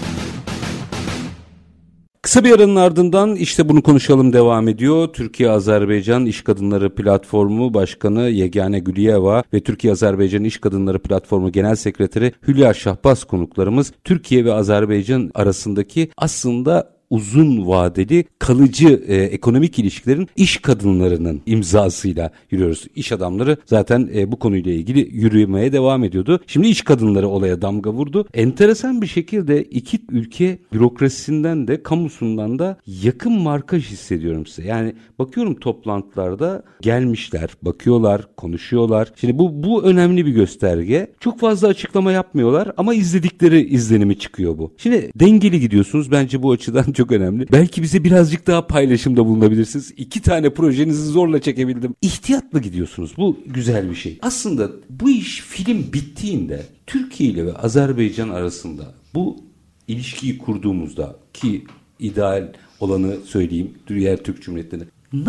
Kısa bir aranın ardından işte bunu konuşalım devam ediyor. Türkiye-Azerbaycan İş Kadınları Platformu Başkanı Yegane Güliyeva ve Türkiye-Azerbaycan İş Kadınları Platformu Genel Sekreteri Hülya Şahbaz konuklarımız. Türkiye ve Azerbaycan arasındaki aslında uzun vadeli kalıcı e, ekonomik ilişkilerin iş kadınlarının imzasıyla yürüyoruz. İş adamları zaten e, bu konuyla ilgili yürümeye devam ediyordu. Şimdi iş kadınları olaya damga vurdu. Enteresan bir şekilde iki ülke bürokrasisinden de kamusundan da yakın markaj hissediyorum size. Yani bakıyorum toplantılarda gelmişler, bakıyorlar, konuşuyorlar. Şimdi bu bu önemli bir gösterge. Çok fazla açıklama yapmıyorlar ama izledikleri izlenimi çıkıyor bu. Şimdi dengeli gidiyorsunuz. Bence bu açıdan çok önemli. Belki bize birazcık daha paylaşımda bulunabilirsiniz. İki tane projenizi zorla çekebildim. İhtiyatlı gidiyorsunuz. Bu güzel bir şey. Aslında bu iş film bittiğinde Türkiye ile ve Azerbaycan arasında bu ilişkiyi kurduğumuzda ki ideal olanı söyleyeyim diğer Türk Cumhuriyetlerine.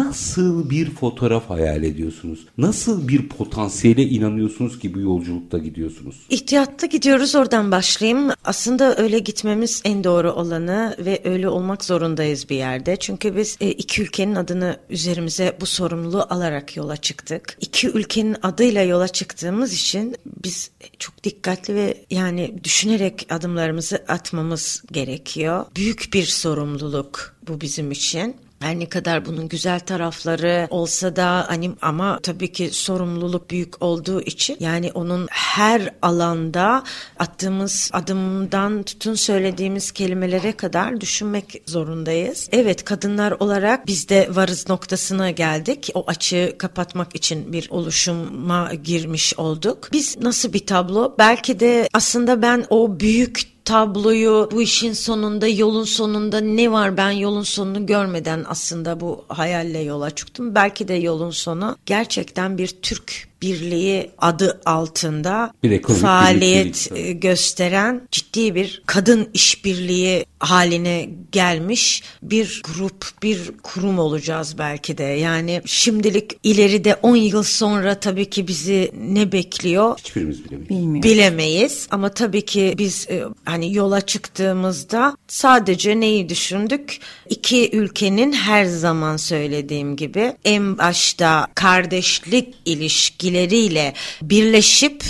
Nasıl bir fotoğraf hayal ediyorsunuz? Nasıl bir potansiyele inanıyorsunuz ki bu yolculukta gidiyorsunuz? İhtiyatlı gidiyoruz, oradan başlayayım. Aslında öyle gitmemiz en doğru olanı ve öyle olmak zorundayız bir yerde. Çünkü biz e, iki ülkenin adını üzerimize bu sorumluluğu alarak yola çıktık. İki ülkenin adıyla yola çıktığımız için biz çok dikkatli ve yani düşünerek adımlarımızı atmamız gerekiyor. Büyük bir sorumluluk bu bizim için. Her ne kadar bunun güzel tarafları olsa da hani ama tabii ki sorumluluk büyük olduğu için yani onun her alanda attığımız adımdan tutun söylediğimiz kelimelere kadar düşünmek zorundayız. Evet, kadınlar olarak biz de varız noktasına geldik. O açığı kapatmak için bir oluşuma girmiş olduk. Biz nasıl bir tablo? Belki de aslında ben o büyük tabloyu bu işin sonunda, yolun sonunda ne var, ben yolun sonunu görmeden aslında bu hayalle yola çıktım. Belki de yolun sonu gerçekten bir Türk Birliği adı altında bir faaliyet gösteren ciddi bir kadın işbirliği haline gelmiş bir grup, bir kurum olacağız belki de. Yani şimdilik ileride on yıl sonra tabii ki bizi ne bekliyor? Hiçbirimiz bilemeyiz. Bilmiyoruz. Bilemeyiz ama tabii ki biz e, hani yola çıktığımızda sadece neyi düşündük? İki ülkenin her zaman söylediğim gibi en başta kardeşlik ilişkileriyle birleşip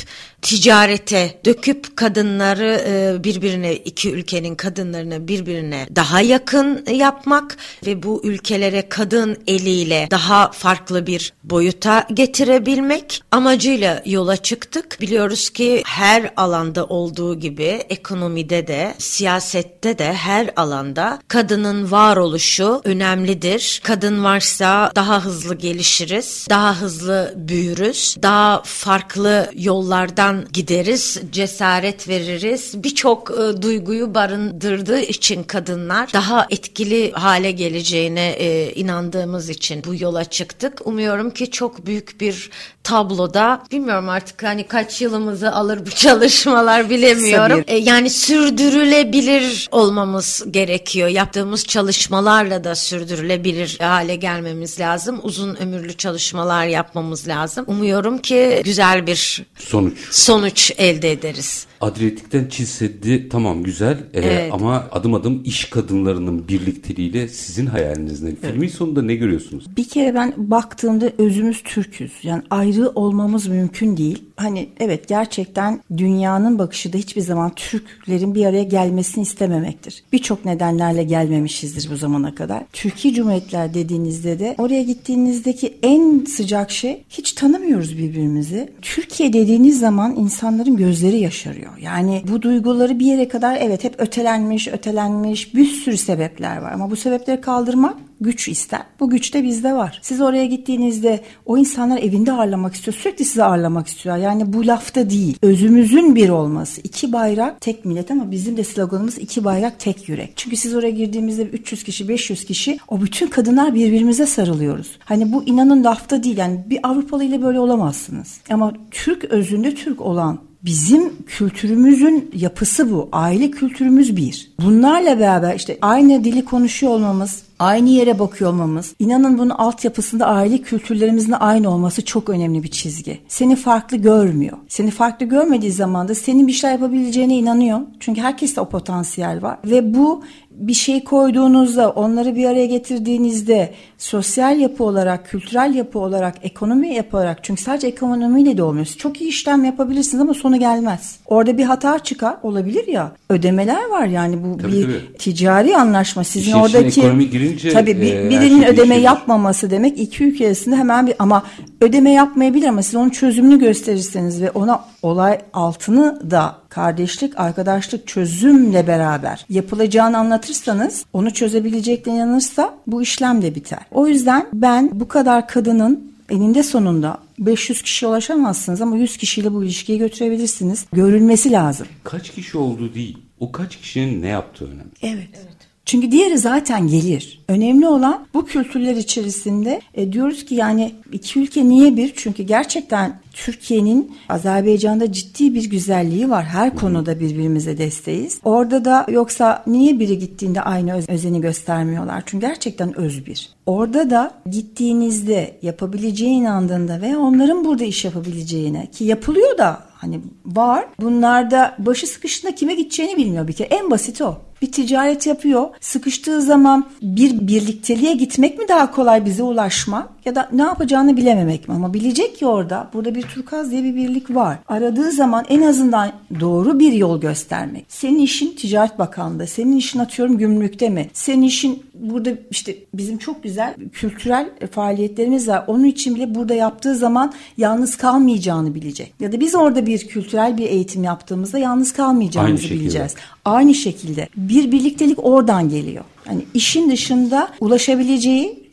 ticarete döküp kadınları birbirine, iki ülkenin kadınlarını birbirine daha yakın yapmak ve bu ülkelere kadın eliyle daha farklı bir boyuta getirebilmek amacıyla yola çıktık. Biliyoruz ki her alanda olduğu gibi ekonomide de, siyasette de her alanda kadının varoluşu önemlidir. Kadın varsa daha hızlı gelişiriz, daha hızlı büyürüz, daha farklı yollardan gideriz, cesaret veririz. Birçok e, duyguyu barındırdığı için kadınlar daha etkili hale geleceğine e, inandığımız için bu yola çıktık. Umuyorum ki çok büyük bir tabloda, bilmiyorum artık hani kaç yılımızı alır bu çalışmalar bilemiyorum. E, yani sürdürülebilir olmamız gerekiyor. Yaptığımız çalışmalarla da sürdürülebilir hale gelmemiz lazım. Uzun ömürlü çalışmalar yapmamız lazım. Umuyorum ki güzel bir sonuç sonuç elde ederiz. Adriyatik'ten Çil Seddi tamam güzel ee, evet. Ama adım adım iş kadınlarının birlikteliğiyle sizin hayaliniz ne? Filmin evet. sonunda ne görüyorsunuz? Bir kere ben baktığımda özümüz Türk'üz. Yani ayrı olmamız mümkün değil. Hani evet gerçekten dünyanın bakışı da hiçbir zaman Türklerin bir araya gelmesini istememektir. Birçok nedenlerle gelmemişizdir bu zamana kadar. Türkiye Cumhuriyetler dediğinizde de oraya gittiğinizdeki en sıcak şey hiç tanımıyoruz birbirimizi. Türkiye dediğiniz zaman insanların gözleri yaşarıyor. Yani bu duyguları bir yere kadar evet hep ötelenmiş, ötelenmiş bir sürü sebepler var. Ama bu sebepleri kaldırmak güç ister. Bu güç de bizde var. Siz oraya gittiğinizde o insanlar evinde ağırlamak istiyor. Sürekli sizi ağırlamak istiyor. Yani bu lafta değil. Özümüzün bir olması. İki bayrak tek millet ama bizim de sloganımız iki bayrak tek yürek. Çünkü siz oraya girdiğimizde üç yüz kişi, beş yüz kişi o bütün kadınlar birbirimize sarılıyoruz. Hani bu inanın lafta değil. Yani bir Avrupalı ile böyle olamazsınız. Ama Türk özünde Türk olan bizim kültürümüzün yapısı bu. Aile kültürümüz bir. Bunlarla beraber işte aynı dili konuşuyor olmamız, aynı yere bakıyor olmamız, inanın bunun altyapısında aile kültürlerimizin aynı olması çok önemli bir çizgi. Seni farklı görmüyor. Seni farklı görmediği zaman da senin bir şeyler yapabileceğine inanıyor. Çünkü herkeste o potansiyel var. Ve bu bir şey koyduğunuzda, onları bir araya getirdiğinizde sosyal yapı olarak, kültürel yapı olarak, ekonomi yapı olarak, çünkü sadece ekonomiyle de olmuyor. Siz çok iyi işlem yapabilirsiniz ama sonu gelmez. Orada bir hata çıkar, olabilir ya. Ödemeler var yani bu tabii, bir tabii. ticari anlaşma. Sizin İşin oradaki ekonomi girince tabii bir, e, birinin şey ödeme yapmaması demek iki ülke arasında hemen bir ama ödeme yapmayabilir ama siz onun çözümünü gösterirseniz ve ona olay altını da kardeşlik, arkadaşlık, çözümle beraber yapılacağını anlatırsanız, onu çözebileceklerine inanırsa bu işlem de biter. O yüzden ben bu kadar kadının eninde sonunda beş yüz kişiye ulaşamazsınız ama yüz kişiyle bu ilişkiyi götürebilirsiniz. Görülmesi lazım. Kaç kişi olduğu değil, o kaç kişinin ne yaptığı önemli. Evet. Evet. Çünkü diğeri zaten gelir. Önemli olan bu kültürler içerisinde e, diyoruz ki yani iki ülke niye bir? Çünkü gerçekten Türkiye'nin Azerbaycan'da ciddi bir güzelliği var. Her konuda birbirimize desteğiz. Orada da yoksa niye biri gittiğinde aynı öz- özeni göstermiyorlar? Çünkü gerçekten öz bir. Orada da gittiğinizde yapabileceğine inandığında ve onların burada iş yapabileceğine ki yapılıyor da hani var. Bunlarda başı sıkıştığında kime gideceğini bilmiyor bir kere. En basit o. Bir ticaret yapıyor. Sıkıştığı zaman bir birlikteliğe gitmek mi daha kolay bize ulaşmak ya da ne yapacağını bilememek mi? Ama bilecek ki orada burada bir Turkaz diye bir birlik var. Aradığı zaman en azından doğru bir yol göstermek. Senin işin Ticaret Bakanlığı'nda, senin işin atıyorum gümrükte mi? Senin işin burada işte bizim çok güzel kültürel faaliyetlerimiz var. Onun için bile burada yaptığı zaman yalnız kalmayacağını bilecek. Ya da biz orada bir kültürel bir eğitim yaptığımızda yalnız kalmayacağımızı Aynı bileceğiz. Aynı şekilde bir birliktelik oradan geliyor. Hani işin dışında ulaşabileceği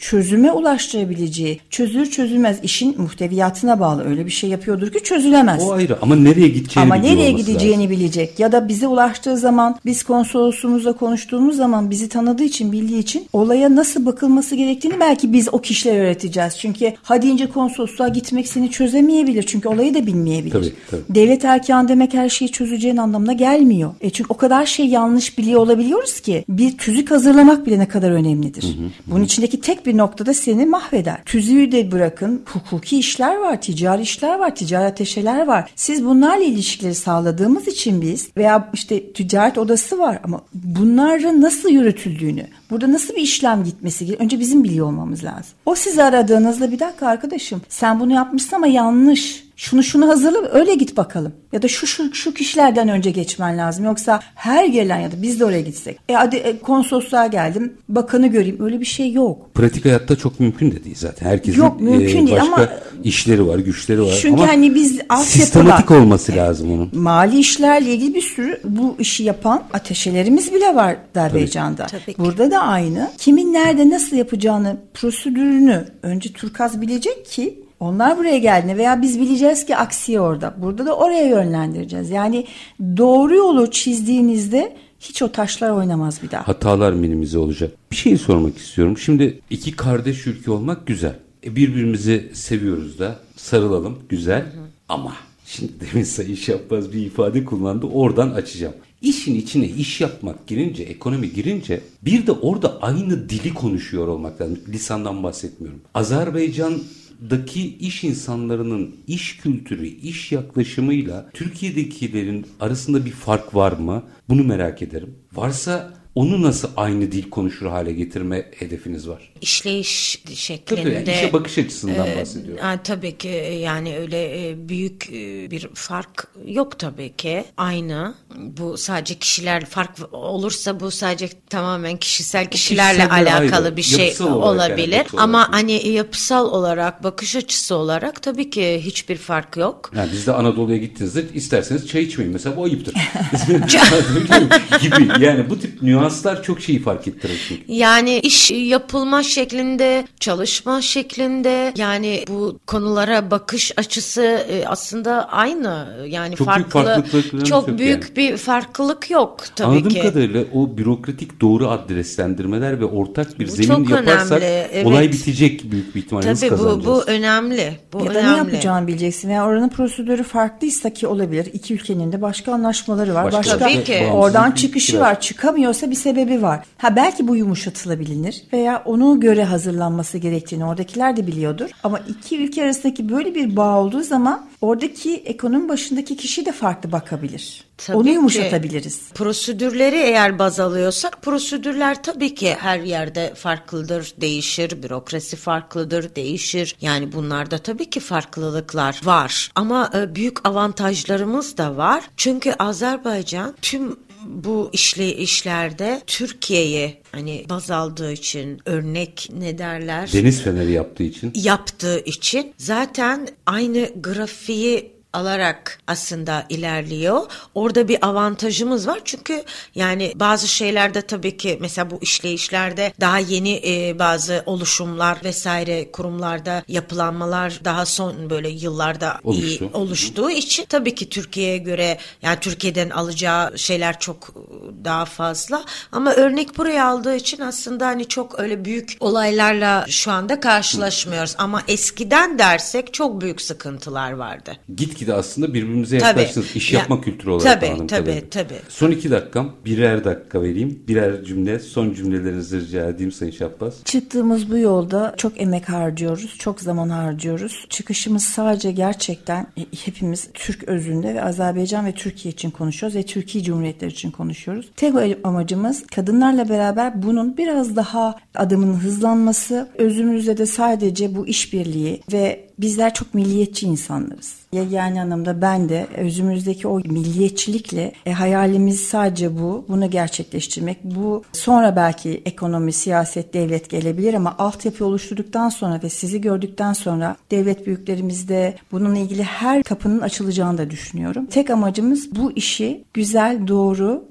çözüme ulaştırabileceği, çözülür çözülmez işin muhteviyatına bağlı öyle bir şey yapıyordur ki çözülemez. O ayrı ama nereye gideceğini Ama nereye gideceğini lazım. bilecek. Ya da bize ulaştığı zaman, biz konsolosluğumuzla konuştuğumuz zaman, bizi tanıdığı için, bildiği için olaya nasıl bakılması gerektiğini belki biz o kişilere öğreteceğiz. Çünkü ha deyince konsolosluğa gitmek seni çözemeyebilir. Çünkü olayı da bilmeyebilir. Tabii, tabii. Devlet erkanı demek her şeyi çözeceğin anlamına gelmiyor. E çünkü o kadar şey yanlış biliyor olabiliyoruz ki bir tüzük hazırlamak bile ne kadar önemlidir. Hı hı, Bunun hı. içindeki tek bir noktada seni mahveder. Tüzüğü de bırakın, hukuki işler var, ticari işler var, ticari ateşeler var. Siz bunlarla ilişkileri sağladığımız için biz veya işte ticaret odası var ama bunların nasıl yürütüldüğünü, burada nasıl bir işlem gitmesi gerekiyor? Önce bizim biliyor olmamız lazım. O sizi aradığınızda bir dakika arkadaşım sen bunu yapmışsın ama yanlış. Şunu şunu hazırla öyle git bakalım. Ya da şu şu şu kişilerden önce geçmen lazım. Yoksa her gelen ya da biz de oraya gitsek. E hadi e, konsolosluğa geldim. Bakanı göreyim. Öyle bir şey yok. Pratik hayatta çok mümkün de değil zaten. Herkesin yok, mümkün e, değil, başka ama işleri var, güçleri var. Çünkü ama hani biz sistematik olması e, lazım onun. Mali işlerle ilgili bir sürü bu işi yapan ateşelerimiz bile var Azerbaycan'da. Burada da aynı. Kimin nerede nasıl yapacağını, prosedürünü önce Turkaz bilecek ki onlar buraya geldiğinde veya biz bileceğiz ki aksiye orada. Burada da oraya yönlendireceğiz. Yani doğru yolu çizdiğinizde hiç o taşlar oynamaz bir daha. Hatalar minimize olacak. Bir şey sormak istiyorum. Şimdi iki kardeş ülke olmak güzel. E birbirimizi seviyoruz da sarılalım güzel. Hı hı. Ama şimdi demin Sayın Şahbaz bir ifade kullandı. Oradan açacağım. İşin içine iş yapmak girince, ekonomi girince bir de orada aynı dili konuşuyor olmak lazım. Lisandan bahsetmiyorum. Azerbaycan'daki iş insanlarının iş kültürü, iş yaklaşımıyla Türkiye'dekilerin arasında bir fark var mı? Bunu merak ederim. Varsa onu nasıl aynı dil konuşur hale getirme hedefiniz var? İşleyiş şeklinde. Tabii, işe bakış açısından e, bahsediyorum. E, tabii ki yani öyle e, büyük e, bir fark yok tabii ki. Aynı. Bu sadece kişiler fark olursa bu sadece tamamen kişisel kişilerle kişisel alakalı ayrı. bir şey yapısal olabilir. Yani, Ama olarak. hani yapısal olarak, bakış açısı olarak tabii ki hiçbir fark yok. Yani biz de Anadolu'ya gittiğinizde isterseniz çay içmeyin. Mesela bu ayıptır. gibi. Yani bu tip nüanslar çok şeyi fark ettirir çünkü. Yani iş yapılma şeklinde, çalışma şeklinde yani bu konulara bakış açısı aslında aynı. Yani çok farklı büyük çok büyük yani. bir farklılık yok tabii Anladığım ki. Anladığım kadarıyla o bürokratik doğru adreslendirmeler ve ortak bir bu zemin yaparsak evet. olay bitecek büyük bir ihtimalle. Tabii bu, bu önemli. Bu ya önemli. da ne yapacağını bileceksin. Yani oranın prosedürü farklıysa ki olabilir. İki ülkenin de başka anlaşmaları var. Başka, başka oradan çıkışı var. Çıkamıyorsa bir sebebi var. Ha belki bu yumuşatılabilir veya onu göre hazırlanması gerektiğini oradakiler de biliyordur. Ama iki ülke arasındaki böyle bir bağ olduğu zaman oradaki ekonomi başındaki kişi de farklı bakabilir. Tabii onu yumuşatabiliriz. Prosedürleri eğer baz alıyorsak prosedürler tabii ki her yerde farklıdır, değişir. Bürokrasi farklıdır, değişir. Yani bunlarda tabii ki farklılıklar var. Ama e, büyük avantajlarımız da var. Çünkü Azerbaycan tüm bu işle işlerde Türkiye'yi hani baz aldığı için, örnek ne derler? Deniz feneri yaptığı için. Yaptığı için zaten aynı grafiği alarak aslında ilerliyor. Orada bir avantajımız var. Çünkü yani bazı şeylerde tabii ki mesela bu işleyişlerde daha yeni e, bazı oluşumlar vesaire kurumlarda yapılanmalar daha son böyle yıllarda Oluştu. iyi oluştuğu için tabii ki Türkiye'ye göre yani Türkiye'den alacağı şeyler çok daha fazla. Ama örnek buraya aldığı için aslında hani çok öyle büyük olaylarla şu anda karşılaşmıyoruz. Ama eskiden dersek çok büyük sıkıntılar vardı. Gitgide aslında birbirimize yaklaştınız. İş ya, yapma kültürü olarak. Tabii tabii tabii. Son iki dakikam birer dakika vereyim. Birer cümle son cümlelerinizi rica edeyim Sayın Şahbaz. Çıktığımız bu yolda çok emek harcıyoruz. Çok zaman harcıyoruz. Çıkışımız sadece gerçekten hepimiz Türk özünde ve Azerbaycan ve Türkiye için konuşuyoruz ve Türkiye Cumhuriyetleri için konuşuyoruz. Tek amacımız kadınlarla beraber bunun biraz daha adımının hızlanması. Özümüzde de sadece bu işbirliği ve bizler çok milliyetçi insanlarız. Yani anlamda ben de özümüzdeki o milliyetçilikle e, hayalimiz sadece bu. Bunu gerçekleştirmek. Bu sonra belki ekonomi, siyaset, devlet gelebilir ama altyapı oluşturduktan sonra ve sizi gördükten sonra devlet büyüklerimizde bununla ilgili her kapının açılacağını da düşünüyorum. Tek amacımız bu işi güzel, doğru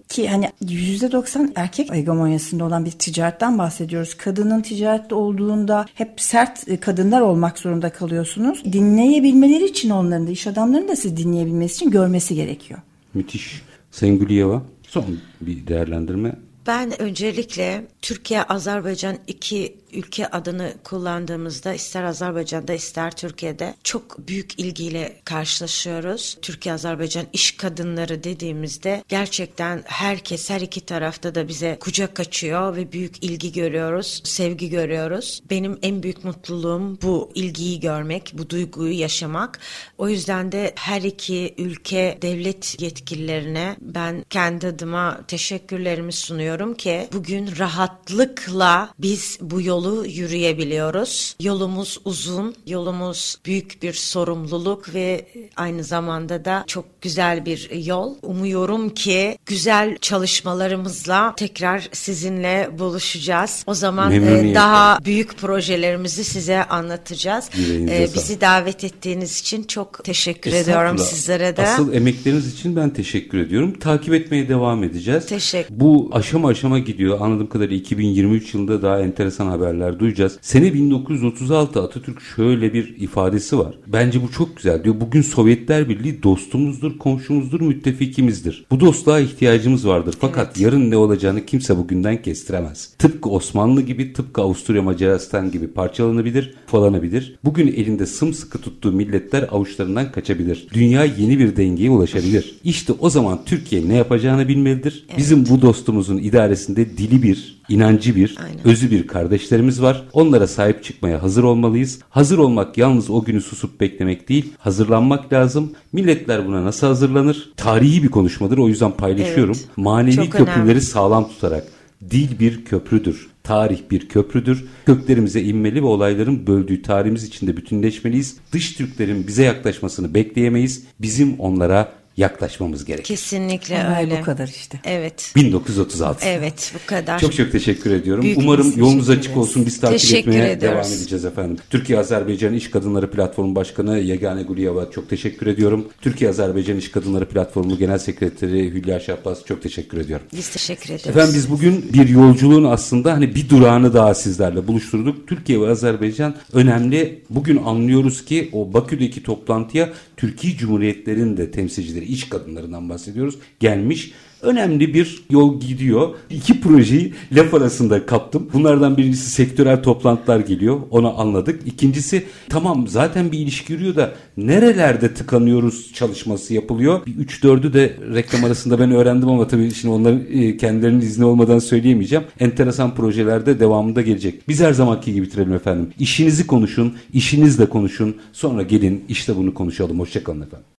ki hani yüzde doksan erkek hegemonyasında olan bir ticaretten bahsediyoruz. Kadının ticarette olduğunda hep sert kadınlar olmak zorunda kalıyorsunuz. Dinleyebilmeleri için onların da, iş adamlarının da sizi dinleyebilmesi için görmesi gerekiyor. Müthiş. Sayın Güliyeva, son bir değerlendirme. Ben öncelikle Türkiye-Azerbaycan iki ülke adını kullandığımızda ister Azerbaycan'da ister Türkiye'de çok büyük ilgiyle karşılaşıyoruz. Türkiye-Azerbaycan iş kadınları dediğimizde gerçekten herkes, her iki tarafta da bize kucak açıyor ve büyük ilgi görüyoruz, sevgi görüyoruz. Benim en büyük mutluluğum bu ilgiyi görmek, bu duyguyu yaşamak. O yüzden de her iki ülke devlet yetkililerine ben kendi adıma teşekkürlerimi sunuyorum ki bugün rahatlıkla biz bu yolu yürüyebiliyoruz. Yolumuz uzun, yolumuz büyük bir sorumluluk ve aynı zamanda da çok güzel bir yol. Umuyorum ki güzel çalışmalarımızla tekrar sizinle buluşacağız. O zaman e, daha büyük projelerimizi size anlatacağız. E, bizi davet ettiğiniz için çok teşekkür ediyorum sizlere de. Asıl emekleriniz için ben teşekkür ediyorum. Takip etmeye devam edeceğiz. Teşekkür. Bu aşama aşama gidiyor. Anladığım kadarıyla iki bin yirmi üç yılında daha enteresan haberler duyacağız. Sene bin dokuz yüz otuz altı Atatürk şöyle bir ifadesi var. Bence bu çok güzel diyor. Bugün Sovyetler Birliği dostumuzdur, komşumuzdur, müttefikimizdir. Bu dostluğa ihtiyacımız vardır. Fakat evet, yarın ne olacağını kimse bugünden kestiremez. Tıpkı Osmanlı gibi, tıpkı Avusturya Macaristan gibi parçalanabilir, falanabilir. Bugün elinde sımsıkı tuttuğu milletler avuçlarından kaçabilir. Dünya yeni bir dengeye ulaşabilir. İşte o zaman Türkiye ne yapacağını bilmelidir. Evet. Bizim bu dostumuzun idaresinde dili bir, inancı bir, aynen, özü bir kardeşlerimiz var. Onlara sahip çıkmaya hazır olmalıyız. Hazır olmak yalnız o günü susup beklemek değil, hazırlanmak lazım. Milletler buna nasıl hazırlanır? Tarihi bir konuşmadır, o yüzden paylaşıyorum. Evet, manevi köprüleri önemli, sağlam tutarak. Dil bir köprüdür. Tarih bir köprüdür. Köklerimize inmeli ve olayların böldüğü tarihimiz içinde bütünleşmeliyiz. Dış Türklerin bize yaklaşmasını bekleyemeyiz. Bizim onlara yaklaşmamız gerekir. Kesinlikle Ama öyle. Bu kadar işte. Evet. bin dokuz yüz otuz altı. Evet, bu kadar. Çok çok teşekkür ediyorum. Büyük Umarım yolunuz açık olsun. Biz takip teşekkür etmeye ediyoruz, devam edeceğiz efendim. Türkiye-Azerbaycan İş Kadınları Platformu Başkanı Yegane Guliyeva çok teşekkür ediyorum. Türkiye-Azerbaycan İş Kadınları Platformu Genel Sekreteri Hülya Şahbaz çok teşekkür ediyorum. Biz teşekkür ediyoruz. Efendim biz bugün bir yolculuğun aslında hani bir durağını daha sizlerle buluşturduk. Türkiye ve Azerbaycan önemli. Bugün anlıyoruz ki o Bakü'deki toplantıya Türkiye Cumhuriyetlerinin de temsilcileri, iş kadınlarından bahsediyoruz, gelmiş. Önemli bir yol gidiyor. İki projeyi laf arasında kaptım. Bunlardan birincisi sektörel toplantılar geliyor. Onu anladık. İkincisi tamam zaten bir ilişki yürüyor da nerelerde tıkanıyoruz çalışması yapılıyor. Bir üç dördü de reklam arasında ben öğrendim ama tabii şimdi onların kendilerinin izni olmadan söyleyemeyeceğim. Enteresan projelerde devamında gelecek. Biz her zamanki gibi bitirelim efendim. İşinizi konuşun, işinizle konuşun. Sonra gelin işte bunu konuşalım. Hoşçakalın efendim.